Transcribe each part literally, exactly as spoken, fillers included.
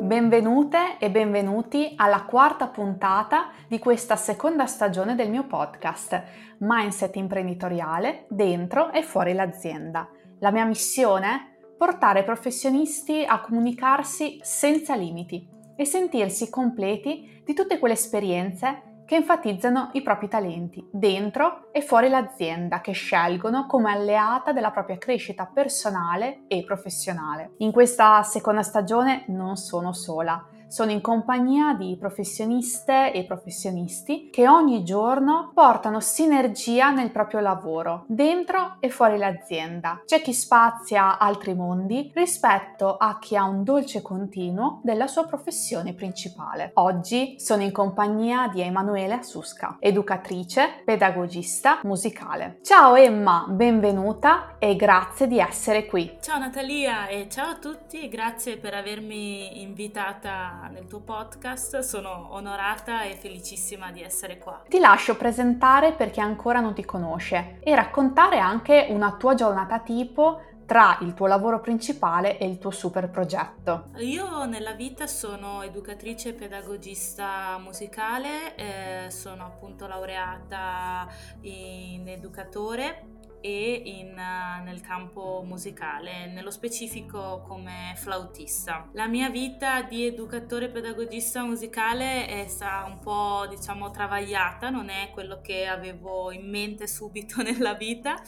Benvenute e benvenuti alla quarta puntata di questa seconda stagione del mio podcast Mindset imprenditoriale dentro e fuori l'azienda. La mia missione? Portare professionisti a comunicarsi senza limiti e sentirsi completi di tutte quelle esperienze che enfatizzano i propri talenti dentro e fuori l'azienda, che scelgono come alleata della propria crescita personale e professionale. In questa seconda stagione non sono sola, sono in compagnia di professioniste e professionisti che ogni giorno portano sinergia nel proprio lavoro, dentro e fuori l'azienda. C'è chi spazia altri mondi rispetto a chi ha un dolce continuo della sua professione principale. Oggi sono in compagnia di Emanuela Susca, educatrice, pedagogista musicale. Ciao Emma, benvenuta e grazie di essere qui. Ciao Natalia e ciao a tutti, grazie per avermi invitata nel tuo podcast, sono onorata e felicissima di essere qua. Ti lascio presentare per chi ancora non ti conosce e raccontare anche una tua giornata tipo tra il tuo lavoro principale e il tuo super progetto. Io nella vita sono educatrice e pedagogista musicale, eh, sono appunto laureata in educatore e in, uh, nel campo musicale, nello specifico come flautista. La mia vita di educatore e pedagogista musicale è stata un po', diciamo, travagliata, non è quello che avevo in mente subito nella vita,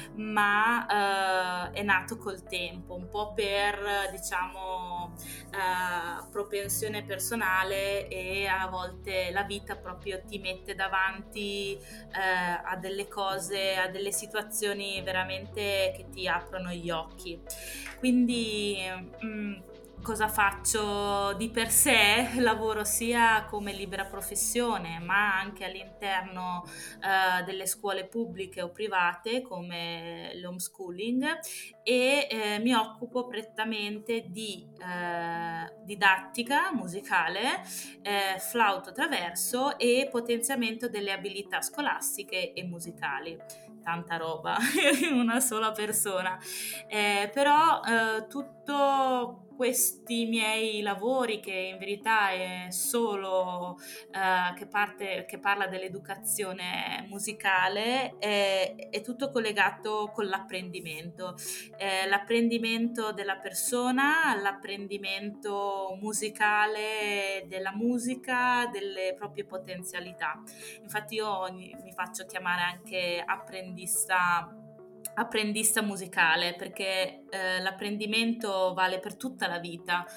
ma uh, è nato col tempo, un po' per, diciamo, uh, propensione personale, e a volte la vita proprio ti mette davanti uh, a delle cose, a delle situazioni veramente che ti aprono gli occhi. Quindi mh, cosa faccio di per sé? Lavoro sia come libera professione, ma anche all'interno uh, delle scuole pubbliche o private come l'homeschooling, e eh, mi occupo prettamente di eh, didattica musicale, eh, flauto traverso e potenziamento delle abilità scolastiche e musicali. Tanta roba in una sola persona, eh, però eh, tutto questi miei lavori, che in verità è solo eh, che parte che parla dell'educazione musicale, è, è tutto collegato con l'apprendimento, eh, l'apprendimento della persona, l'apprendimento musicale della musica, delle proprie potenzialità. Infatti io mi faccio chiamare anche apprendista apprendista musicale, perché eh, l'apprendimento vale per tutta la vita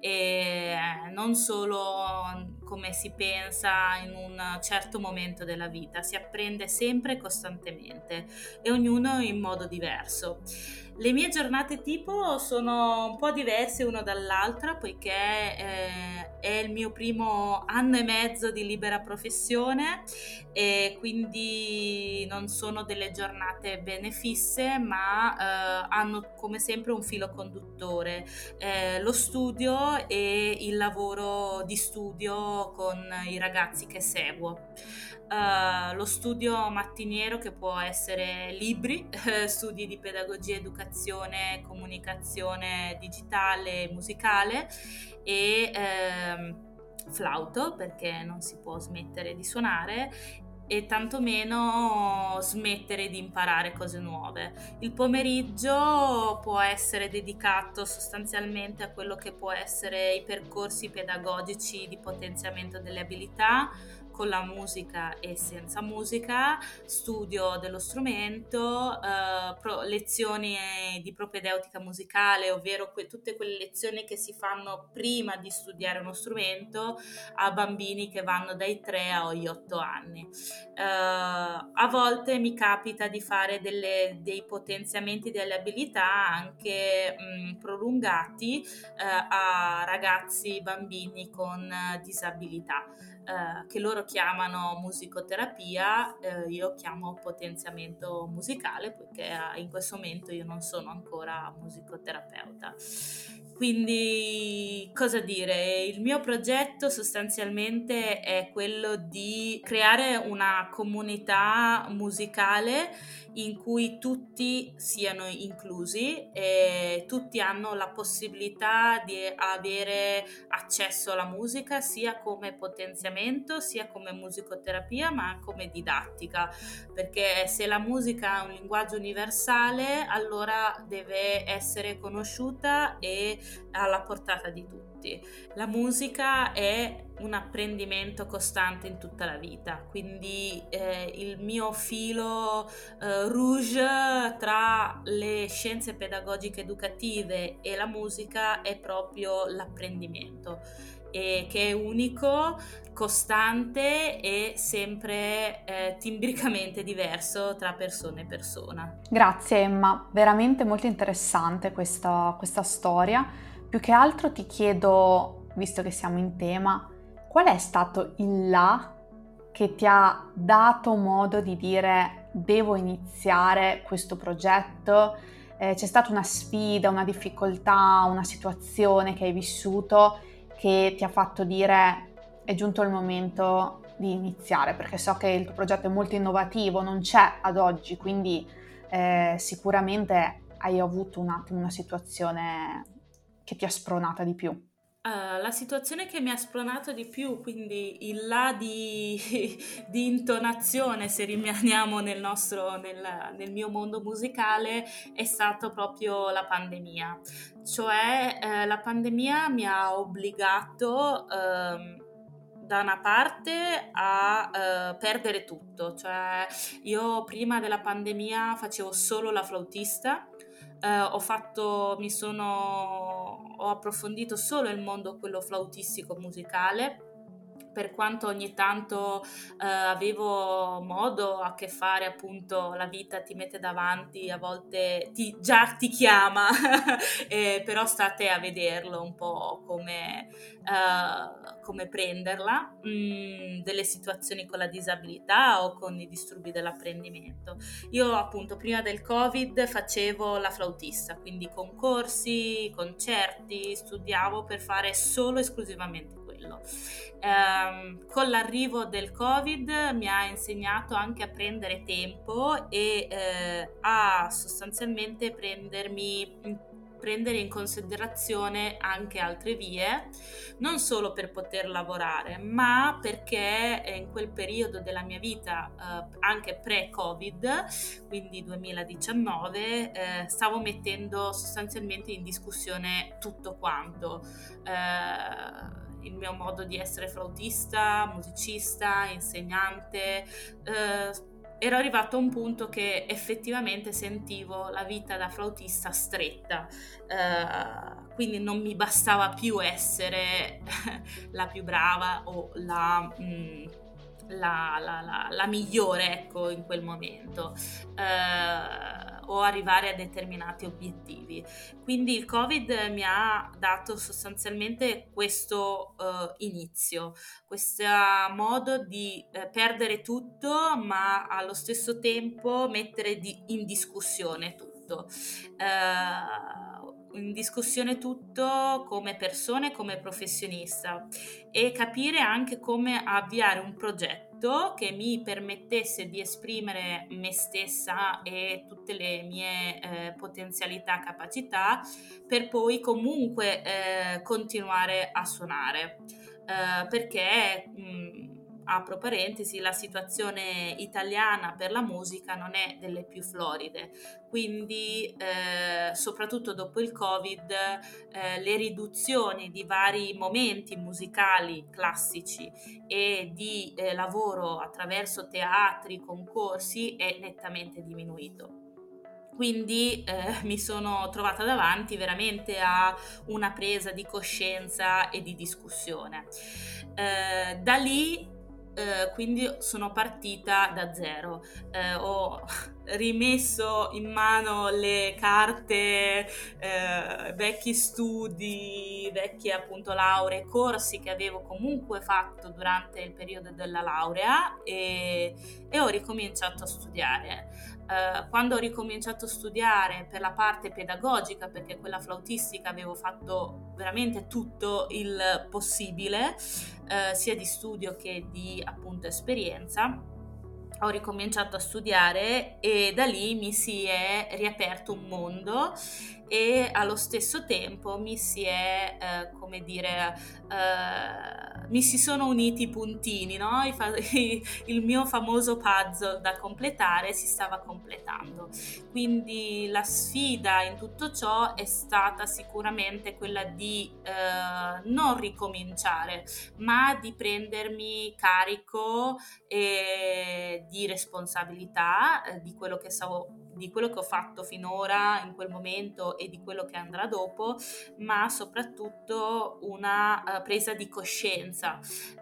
e non solo come si pensa in un certo momento della vita, si apprende sempre e costantemente, e ognuno in modo diverso. Le mie giornate tipo sono un po' diverse una dall'altra, poiché eh, è il mio primo anno e mezzo di libera professione, e quindi non sono delle giornate bene fisse, ma eh, hanno come sempre un filo conduttore, eh, lo studio e il lavoro di studio con i ragazzi che seguo. Uh, lo studio mattiniero, che può essere libri, eh, studi di pedagogia, educazione, comunicazione digitale, musicale, e ehm, flauto, perché non si può smettere di suonare e tantomeno smettere di imparare cose nuove. Il pomeriggio può essere dedicato sostanzialmente a quello che può essere i percorsi pedagogici di potenziamento delle abilità, con la musica e senza musica, studio dello strumento, eh, pro- lezioni di propedeutica musicale, ovvero que- tutte quelle lezioni che si fanno prima di studiare uno strumento, a bambini che vanno dai tre agli otto anni. Eh, a volte mi capita di fare delle, dei potenziamenti delle abilità anche mh, prolungati eh, a ragazzi, bambini con eh, disabilità. Uh, che loro chiamano musicoterapia, uh, io chiamo potenziamento musicale, poiché uh, in questo momento io non sono ancora musicoterapeuta. Quindi, cosa dire? Il mio progetto sostanzialmente è quello di creare una comunità musicale in cui tutti siano inclusi e tutti hanno la possibilità di avere accesso alla musica sia come potenziamento, sia come musicoterapia, ma come didattica, perché se la musica è un linguaggio universale, allora deve essere conosciuta e alla portata di tutti. La musica è un apprendimento costante in tutta la vita, quindi eh, il mio filo eh, rouge tra le scienze pedagogiche educative e la musica è proprio l'apprendimento, e che è unico, costante e sempre eh, timbricamente diverso tra persona e persona. Grazie Emma, veramente molto interessante questa, questa storia. Più che altro ti chiedo, visto che siamo in tema, qual è stato il là che ti ha dato modo di dire devo iniziare questo progetto? Eh, c'è stata una sfida, una difficoltà, una situazione che hai vissuto che ti ha fatto dire è giunto il momento di iniziare, perché so che il tuo progetto è molto innovativo, non c'è ad oggi, quindi eh, sicuramente hai avuto un attimo una situazione che ti ha spronata di più. Uh, la situazione che mi ha spronato di più, quindi il là di, di intonazione, se rimaniamo nel nostro, nel, nel mio mondo musicale, è stato proprio la pandemia. Cioè eh, la pandemia mi ha obbligato ehm, da una parte a eh, perdere tutto, cioè io prima della pandemia facevo solo la flautista. Uh, ho fatto, mi sono, ho approfondito solo il mondo quello flautistico musicale, per quanto ogni tanto uh, avevo modo a che fare, appunto la vita ti mette davanti, a volte ti, già ti chiama, eh, però state a vederlo un po' come, uh, come prenderla, mm, delle situazioni con la disabilità o con i disturbi dell'apprendimento. Io appunto prima del Covid facevo la flautista, quindi concorsi, concerti, studiavo per fare solo esclusivamente quello. Um, con l'arrivo del Covid mi ha insegnato anche a prendere tempo e eh, a sostanzialmente prendermi prendere in considerazione anche altre vie, non solo per poter lavorare, ma perché in quel periodo della mia vita, eh, anche pre-Covid, quindi duemiladiciannove, eh, stavo mettendo sostanzialmente in discussione tutto quanto. Eh, il mio modo di essere flautista, musicista, insegnante. Eh, ero arrivato a un punto che effettivamente sentivo la vita da flautista stretta, eh, quindi non mi bastava più essere la più brava o la... Mh, La, la, la, la migliore, ecco, in quel momento, eh, o arrivare a determinati obiettivi. Quindi il Covid mi ha dato sostanzialmente questo eh, inizio, questo modo di eh, perdere tutto, ma allo stesso tempo mettere di, in discussione tutto. Eh, in discussione tutto come persone, come professionista, e capire anche come avviare un progetto che mi permettesse di esprimere me stessa e tutte le mie eh, potenzialità, capacità, per poi comunque eh, continuare a suonare, eh, perché mh, apro parentesi, la situazione italiana per la musica non è delle più floride, quindi eh, soprattutto dopo il Covid eh, le riduzioni di vari momenti musicali classici e di eh, lavoro attraverso teatri, concorsi è nettamente diminuito. Quindi eh, mi sono trovata davanti veramente a una presa di coscienza e di discussione. Eh, da lì Uh, quindi sono partita da zero, uh, ho rimesso in mano le carte, uh, vecchi studi, vecchie appunto lauree, corsi che avevo comunque fatto durante il periodo della laurea, e, e ho ricominciato a studiare. eh, quando ho ricominciato a studiare per la parte pedagogica, perché quella flautistica avevo fatto veramente tutto il possibile, eh, sia di studio che di appunto esperienza, ho ricominciato a studiare e da lì mi si è riaperto un mondo e allo stesso tempo mi si è, eh, come dire, eh, mi si sono uniti i puntini, no? I fa- il mio famoso puzzle da completare si stava completando. Quindi la sfida in tutto ciò è stata sicuramente quella di eh, non ricominciare, ma di prendermi carico e di responsabilità eh, di quello che stavo, di quello che ho fatto finora in quel momento e di quello che andrà dopo, ma soprattutto una uh, presa di coscienza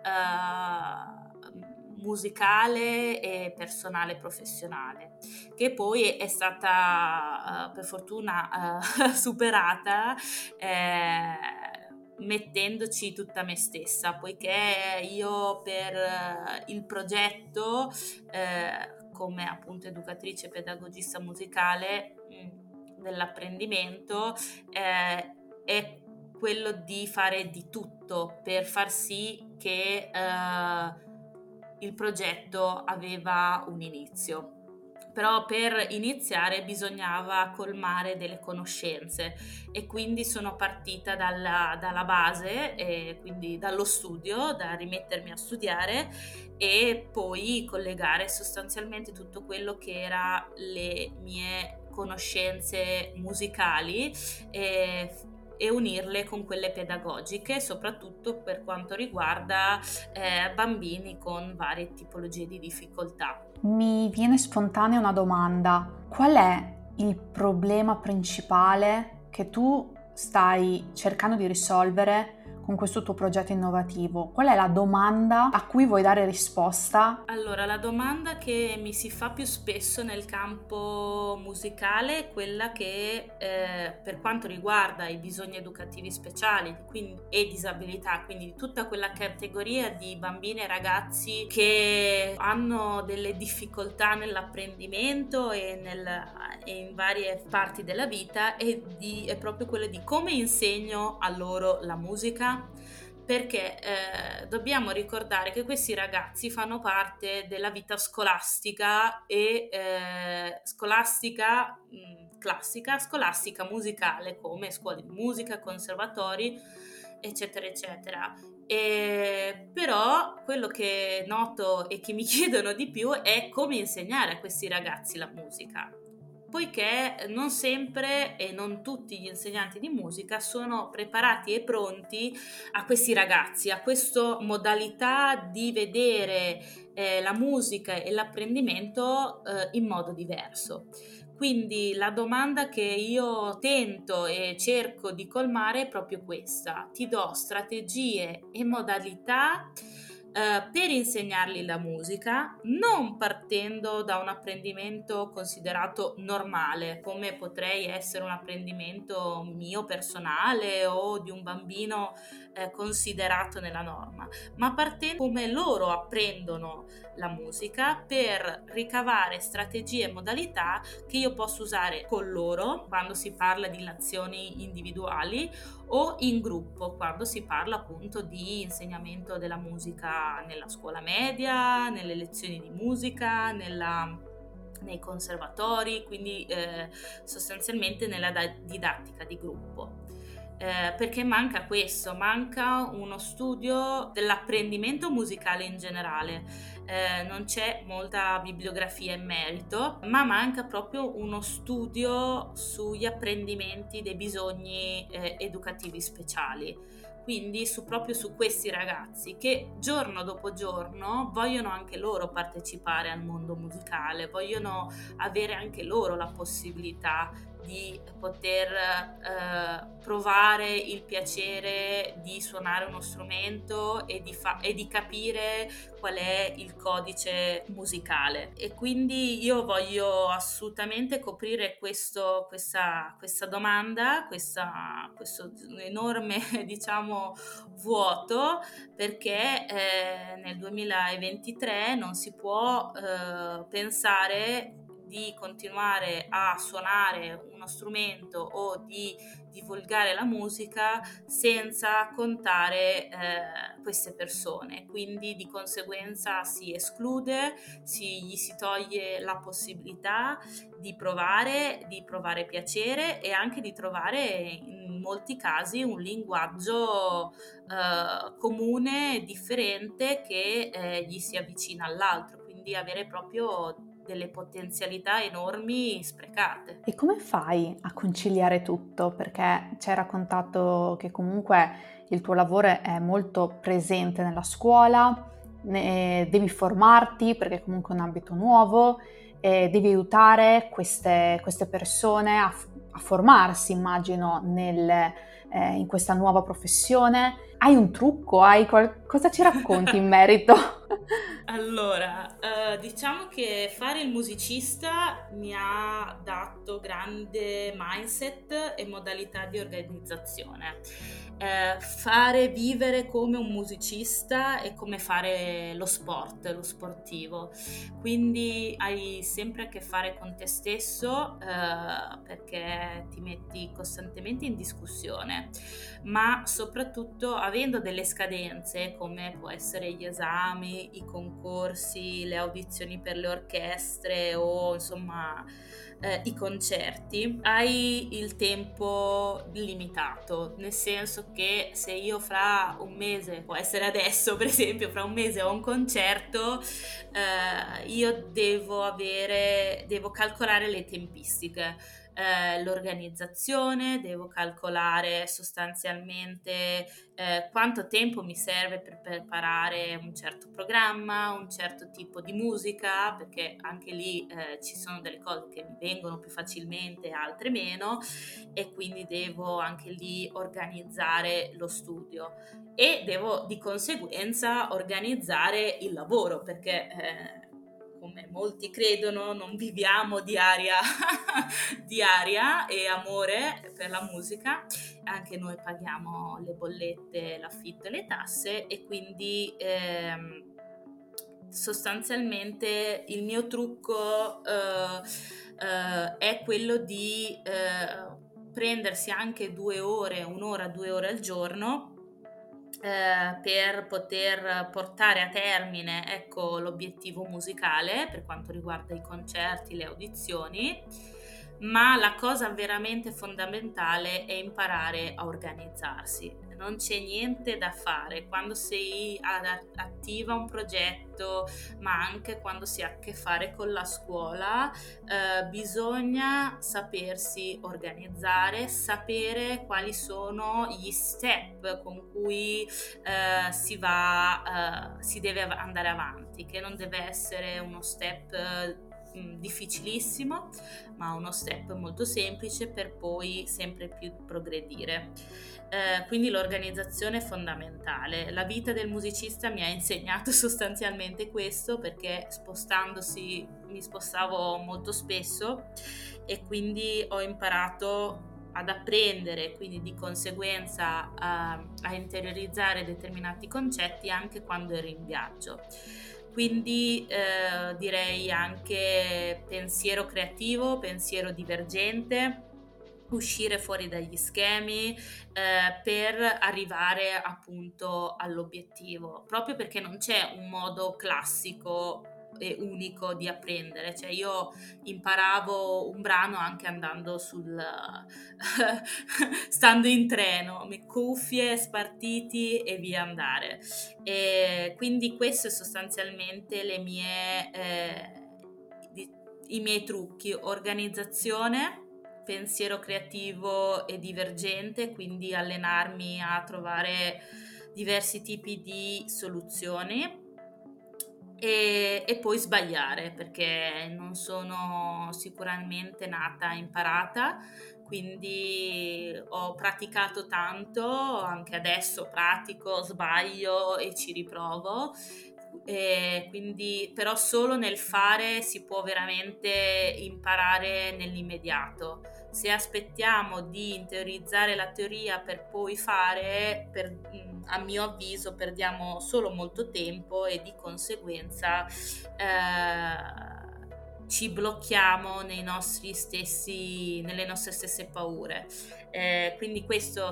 uh, musicale e personale professionale, che poi è stata uh, per fortuna uh, superata eh, mettendoci tutta me stessa, poiché io per eh, il progetto eh, come appunto educatrice e pedagogista musicale mh, dell'apprendimento eh, è quello di fare di tutto per far sì che eh, il progetto aveva un inizio. Però per iniziare bisognava colmare delle conoscenze e quindi sono partita dalla, dalla base, e quindi dallo studio, da rimettermi a studiare e poi collegare sostanzialmente tutto quello che era le mie conoscenze musicali e, e unirle con quelle pedagogiche, soprattutto per quanto riguarda eh, bambini con varie tipologie di difficoltà. Mi viene spontanea una domanda. Qual è il problema principale che tu stai cercando di risolvere con questo tuo progetto innovativo? Qual è la domanda a cui vuoi dare risposta? Allora, la domanda che mi si fa più spesso nel campo musicale è quella che eh, per quanto riguarda i bisogni educativi speciali quindi, e disabilità, quindi di tutta quella categoria di bambini e ragazzi che hanno delle difficoltà nell'apprendimento e, nel, e in varie parti della vita, è, di, è proprio quello di come insegno a loro la musica. Perché eh, dobbiamo ricordare che questi ragazzi fanno parte della vita scolastica e eh, scolastica mh, classica, scolastica musicale come scuole di musica, conservatori, eccetera, eccetera. E, però quello che noto e che mi chiedono di più è come insegnare a questi ragazzi la musica, poiché non sempre e non tutti gli insegnanti di musica sono preparati e pronti a questi ragazzi, a questa modalità di vedere eh, la musica e l'apprendimento eh, in modo diverso. Quindi la domanda che io tento e cerco di colmare è proprio questa: ti do strategie e modalità Uh, per insegnargli la musica, non partendo da un apprendimento considerato normale, come potrei essere un apprendimento mio personale o di un bambino eh, considerato nella norma, ma partendo come loro apprendono la musica per ricavare strategie e modalità che io posso usare con loro quando si parla di lezioni individuali o in gruppo quando si parla appunto di insegnamento della musica nella scuola media, nelle lezioni di musica, nella, nei conservatori, quindi eh, sostanzialmente nella da- didattica di gruppo. Eh, perché manca questo, manca uno studio dell'apprendimento musicale in generale. Eh, non c'è molta bibliografia in merito, ma manca proprio uno studio sugli apprendimenti dei bisogni eh, educativi speciali. Quindi su, proprio su questi ragazzi che giorno dopo giorno vogliono anche loro partecipare al mondo musicale, vogliono avere anche loro la possibilità di poter eh, provare il piacere di suonare uno strumento e di, fa- e di capire qual è il codice musicale. E quindi io voglio assolutamente coprire questo, questa, questa domanda, questa, questo enorme diciamo vuoto, perché eh, nel duemilaventitré non si può eh, pensare di continuare a suonare uno strumento o di divulgare la musica senza contare eh, queste persone, quindi di conseguenza si esclude, si, gli si toglie la possibilità di provare, di provare piacere e anche di trovare in molti casi un linguaggio eh, comune, differente, che eh, gli si avvicina all'altro, quindi avere proprio delle potenzialità enormi sprecate. E come fai a conciliare tutto? Perché ci hai raccontato che comunque il tuo lavoro è molto presente nella scuola, ne- devi formarti perché comunque è un ambito nuovo, e devi aiutare queste, queste persone a, f- a formarsi, immagino, nel, eh, in questa nuova professione. Hai un trucco? Hai qual- cosa ci racconti in merito? Allora, eh, diciamo che fare il musicista mi ha dato grande mindset e modalità di organizzazione. Eh, fare vivere come un musicista è come fare lo sport, lo sportivo. Quindi hai sempre a che fare con te stesso, eh, perché ti metti costantemente in discussione, ma soprattutto avendo delle scadenze come può essere gli esami, i concorsi, le audizioni per le orchestre o insomma eh, i concerti, hai il tempo limitato, nel senso che se io fra un mese, può essere adesso per esempio, fra un mese ho un concerto, eh, io devo avere, devo calcolare le tempistiche, eh, l'organizzazione, devo calcolare sostanzialmente eh, quanto tempo mi serve per preparare un certo programma, un certo tipo di musica, perché anche lì eh, ci sono delle cose che mi vengono più facilmente, altre meno, e quindi devo anche lì organizzare lo studio e devo di conseguenza organizzare il lavoro, perché eh, come molti credono, non viviamo di aria, di aria e amore per la musica, anche noi paghiamo le bollette, l'affitto e le tasse, e quindi ehm, sostanzialmente il mio trucco eh, eh, è quello di eh, prendersi anche due ore, un'ora, due ore al giorno eh, per poter portare a termine, ecco, l'obiettivo musicale per quanto riguarda i concerti, le audizioni, ma la cosa veramente fondamentale è imparare a organizzarsi. Non c'è niente da fare quando si attiva un progetto, ma anche quando si ha a che fare con la scuola, eh, bisogna sapersi organizzare, sapere quali sono gli step con cui eh, si va, eh, si deve andare avanti, che non deve essere uno step eh, difficilissimo, ma uno step molto semplice per poi sempre più progredire. Eh, quindi l'organizzazione è fondamentale. La vita del musicista mi ha insegnato sostanzialmente questo, perché spostandosi mi spostavo molto spesso e quindi ho imparato ad apprendere, quindi di conseguenza a, a interiorizzare determinati concetti anche quando ero in viaggio. Quindi eh, direi anche pensiero creativo, pensiero divergente, uscire fuori dagli schemi eh, per arrivare appunto all'obiettivo, proprio perché non c'è un modo classico e unico di apprendere. Cioè io imparavo un brano anche andando sul stando in treno, le cuffie, spartiti e via andare. E quindi questo è sostanzialmente le mie eh, di, i miei trucchi: organizzazione, pensiero creativo e divergente, quindi allenarmi a trovare diversi tipi di soluzioni e, e poi sbagliare, perché non sono sicuramente nata imparata, quindi ho praticato tanto, anche adesso pratico, sbaglio e ci riprovo. E quindi però solo nel fare si può veramente imparare nell'immediato. Se aspettiamo di interiorizzare la teoria per poi fare, per, a mio avviso perdiamo solo molto tempo e di conseguenza eh, ci blocchiamo nei nostri stessi, nelle nostre stesse paure. Eh, quindi questo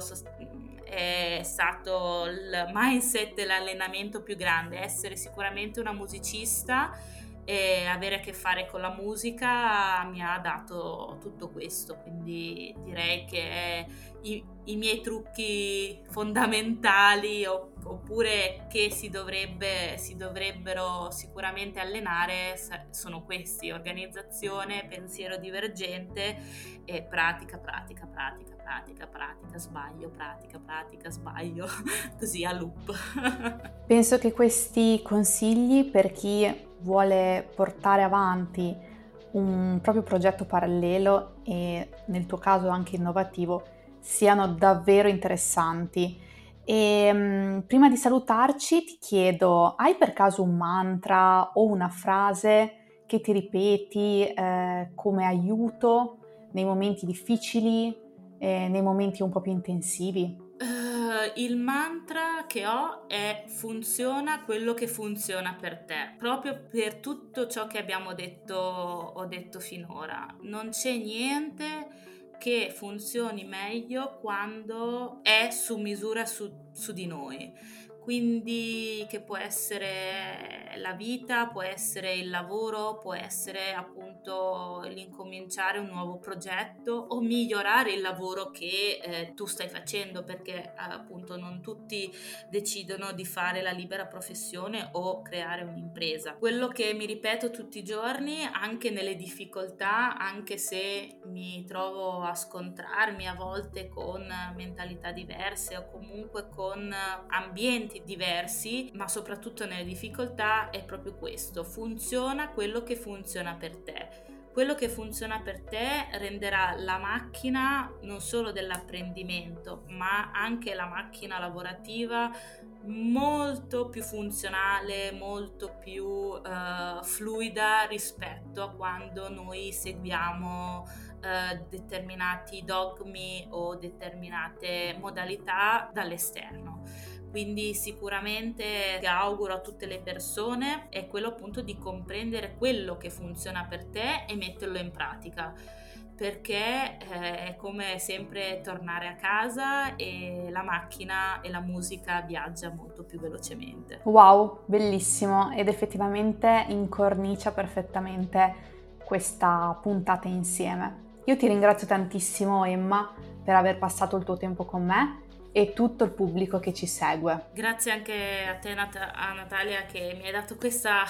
è stato il mindset dell'allenamento più grande, essere sicuramente una musicista e avere a che fare con la musica mi ha dato tutto questo, quindi direi che i, i miei trucchi fondamentali oppure che si dovrebbe si dovrebbero sicuramente allenare sono questi: organizzazione, pensiero divergente e pratica, pratica, pratica, pratica, pratica, sbaglio, pratica, pratica, sbaglio, così a loop. Penso che questi consigli per chi vuole portare avanti un proprio progetto parallelo e nel tuo caso anche innovativo siano davvero interessanti. E um, prima di salutarci ti chiedo, hai per caso un mantra o una frase che ti ripeti eh, come aiuto nei momenti difficili, eh, nei momenti un po' più intensivi? Uh, il mantra che ho è: funziona quello che funziona per te, proprio per tutto ciò che abbiamo detto, ho detto finora. Non c'è niente che funzioni meglio quando è su misura su, su di noi. Quindi che può essere la vita, può essere il lavoro, può essere appunto l'incominciare un nuovo progetto o migliorare il lavoro che eh, tu stai facendo, perché appunto non tutti decidono di fare la libera professione o creare un'impresa. Quello che mi ripeto tutti i giorni, anche nelle difficoltà, anche se mi trovo a scontrarmi a volte con mentalità diverse o comunque con ambienti diversi, ma soprattutto nelle difficoltà, è proprio questo: funziona quello che funziona per te. Quello che funziona per te renderà la macchina non solo dell'apprendimento, ma anche la macchina lavorativa molto più funzionale, molto più uh, fluida rispetto a quando noi seguiamo uh, determinati dogmi o determinate modalità dall'esterno. Quindi sicuramente che auguro a tutte le persone è quello appunto di comprendere quello che funziona per te e metterlo in pratica, perché eh, è come sempre tornare a casa e la macchina e la musica viaggia molto più velocemente. Wow, bellissimo, ed effettivamente incornicia perfettamente questa puntata insieme. Io ti ringrazio tantissimo, Emma, per aver passato il tuo tempo con me e tutto il pubblico che ci segue. Grazie anche a te, Nat- a Natalia, che mi hai dato questa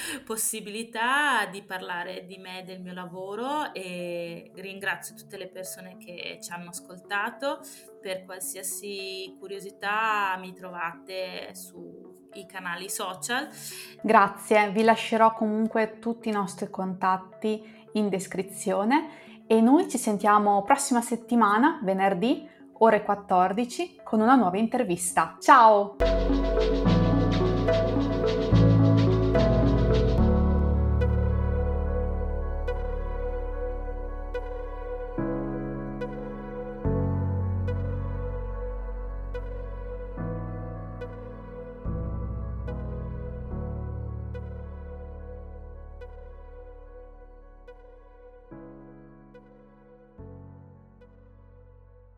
possibilità di parlare di me e del mio lavoro, e ringrazio tutte le persone che ci hanno ascoltato. Per qualsiasi curiosità mi trovate sui canali social. Grazie, vi lascerò comunque tutti i nostri contatti in descrizione e noi ci sentiamo prossima settimana, venerdì, ore quattordici, con una nuova intervista. Ciao!